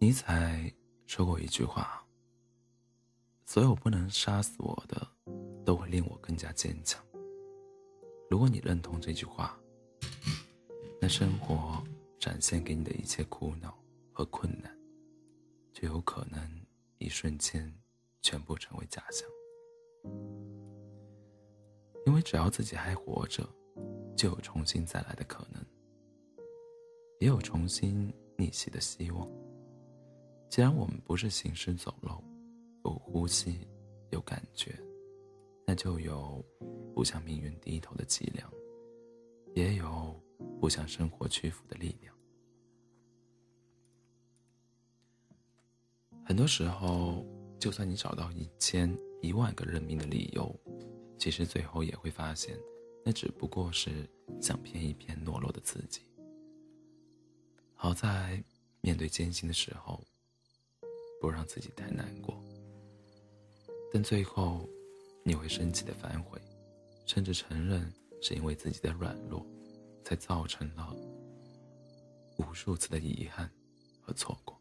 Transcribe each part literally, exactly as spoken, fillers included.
尼采说过一句话：所有不能杀死我的，都会令我更加坚强。如果你认同这句话，那生活展现给你的一切苦恼和困难，就有可能一瞬间全部成为假象。因为只要自己还活着，就有重新再来的可能，也有重新逆袭的希望。既然我们不是行尸走肉，有呼吸，有感觉，那就有不向命运低头的脊梁，也有不向生活屈服的力量。很多时候，就算你找到一千一万个认命的理由，其实最后也会发现，那只不过是想骗一骗懦弱的自己。好在面对艰辛的时候，不让自己太难过，但最后你会生气的反悔，甚至承认是因为自己的软弱，才造成了无数次的遗憾和错过。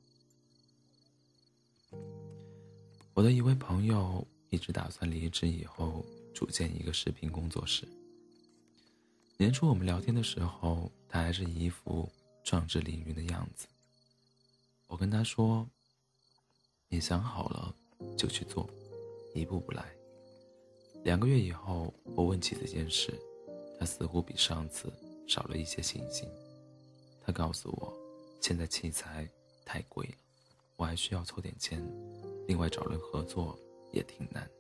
我的一位朋友一直打算离职以后组建一个视频工作室。年初我们聊天的时候，他还是一副壮志凌云的样子。我跟他说，你想好了就去做，一步步来。两个月以后，我问起这件事，他似乎比上次少了一些信心。他告诉我，现在器材太贵了，我还需要凑点钱，另外找人合作也挺难。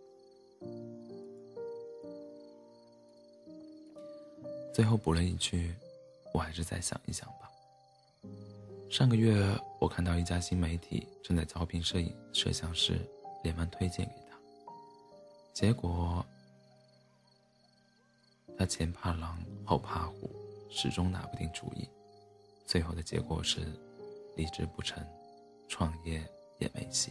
最后补了一句，我还是再想一想吧。上个月我看到一家新媒体正在招聘摄影摄像师，连忙推荐给他。结果他前怕狼后怕虎，始终拿不定主意。最后的结果是离职不成，创业也没戏。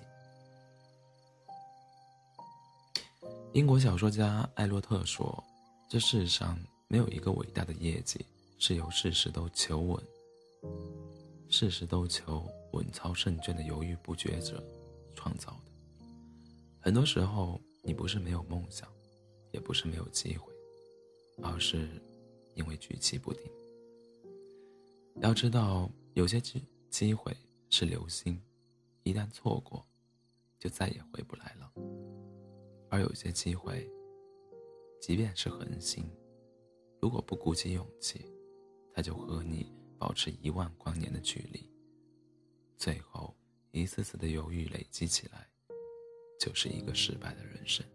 英国小说家艾洛特说，这世上没有一个伟大的业绩是由事事都求稳事事都求稳操胜券的犹豫不决者创造的。很多时候，你不是没有梦想，也不是没有机会，而是因为举棋不定。要知道，有些机会是流星，一旦错过，就再也回不来了；而有些机会，即便是恒星，如果不鼓起勇气，它就和你保持一万光年的距离，最后一次次的犹豫累积起来，就是一个失败的人生。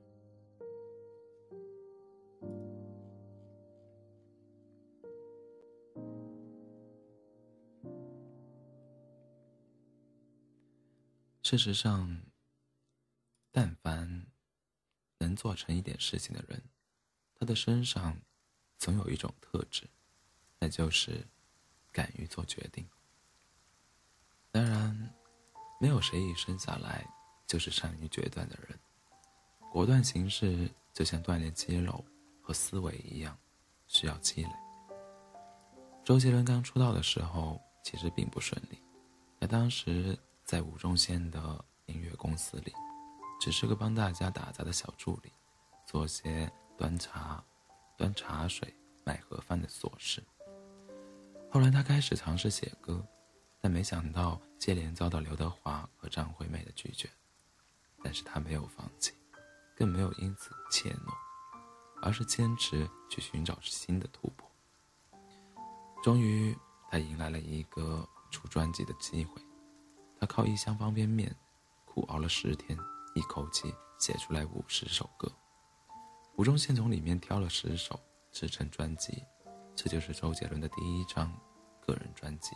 事实上，但凡能做成一点事情的人，他的身上总有一种特质，那就是敢于做决定。当然，没有谁一生下来就是善于决断的人，果断行事就像锻炼肌肉和思维一样，需要积累。周杰伦刚出道的时候其实并不顺利，他当时在吴宗宪的音乐公司里，只是个帮大家打杂的小助理，做些端茶、端茶水、买盒饭的琐事。后来他开始尝试写歌，但没想到接连遭到刘德华和张惠妹的拒绝。但是他没有放弃，更没有因此怯懦，而是坚持去寻找新的突破。终于，他迎来了一个出专辑的机会。他靠一箱方便面苦熬了十天，一口气写出来五十首歌。吴宗宪从里面挑了十首制成专辑，这就是周杰伦的第一张个人专辑。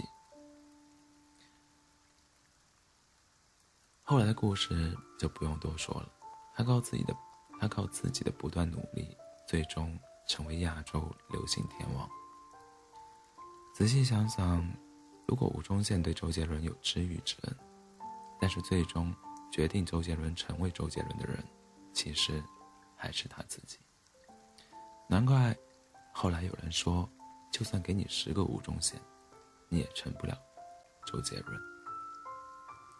后来的故事就不用多说了，他靠自己的他靠自己的不断努力，最终成为亚洲流行天王。仔细想想，如果吴宗宪对周杰伦有知遇之恩，但是最终决定周杰伦成为周杰伦的人，其实还是他自己。难怪后来有人说，就算给你十个吴宗宪，你也成不了周杰伦。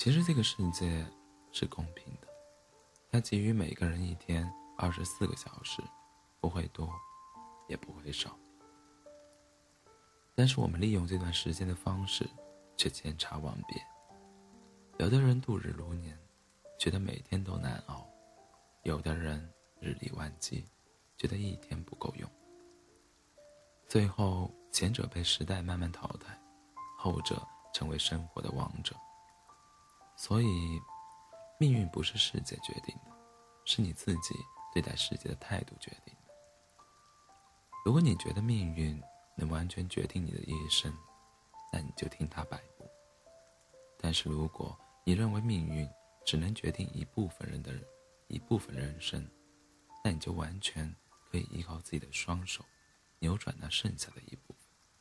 其实这个世界是公平的，它给予每个人一天二十四个小时，不会多，也不会少。但是我们利用这段时间的方式却千差万别。有的人度日如年，觉得每天都难熬；有的人日理万机，觉得一天不够用。最后，前者被时代慢慢淘汰，后者成为生活的王者。所以，命运不是世界决定的，是你自己对待世界的态度决定的。如果你觉得命运能完全决定你的一生，那你就听他摆布。但是如果你认为命运只能决定一部分人的人一部分人生，那你就完全可以依靠自己的双手扭转那剩下的一部分。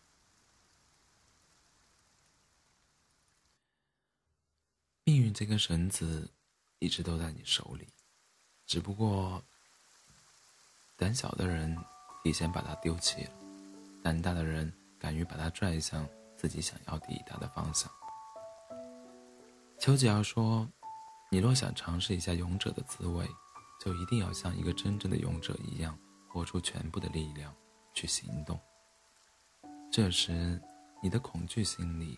命运这根绳子一直都在你手里，只不过胆小的人提前把它丢弃了，胆大的人敢于把它拽向自己想要抵达的方向。丘吉尔说，你若想尝试一下勇者的滋味，就一定要像一个真正的勇者一样，活出全部的力量去行动。这时你的恐惧心理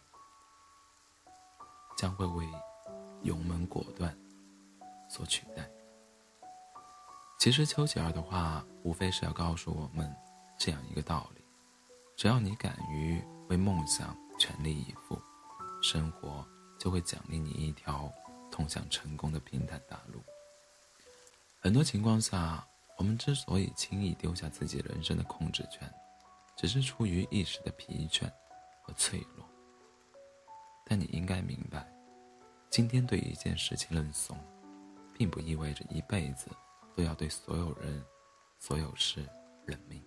将会为勇猛果断所取代。其实丘吉尔的话无非是要告诉我们这样一个道理：只要你敢于为梦想全力以赴，生活就会奖励你一条通向成功的平坦大路。很多情况下，我们之所以轻易丢下自己人生的控制权，只是出于一时的疲倦和脆弱。但你应该明白，今天对一件事情认怂，并不意味着一辈子都要对所有人、所有事认命。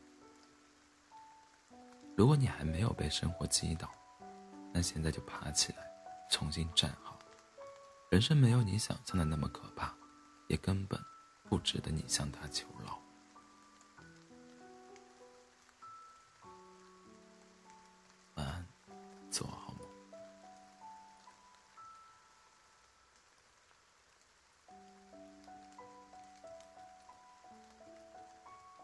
如果你还没有被生活击倒，那现在就爬起来，重新站好。人生没有你想象的那么可怕，也根本不值得你向他求饶。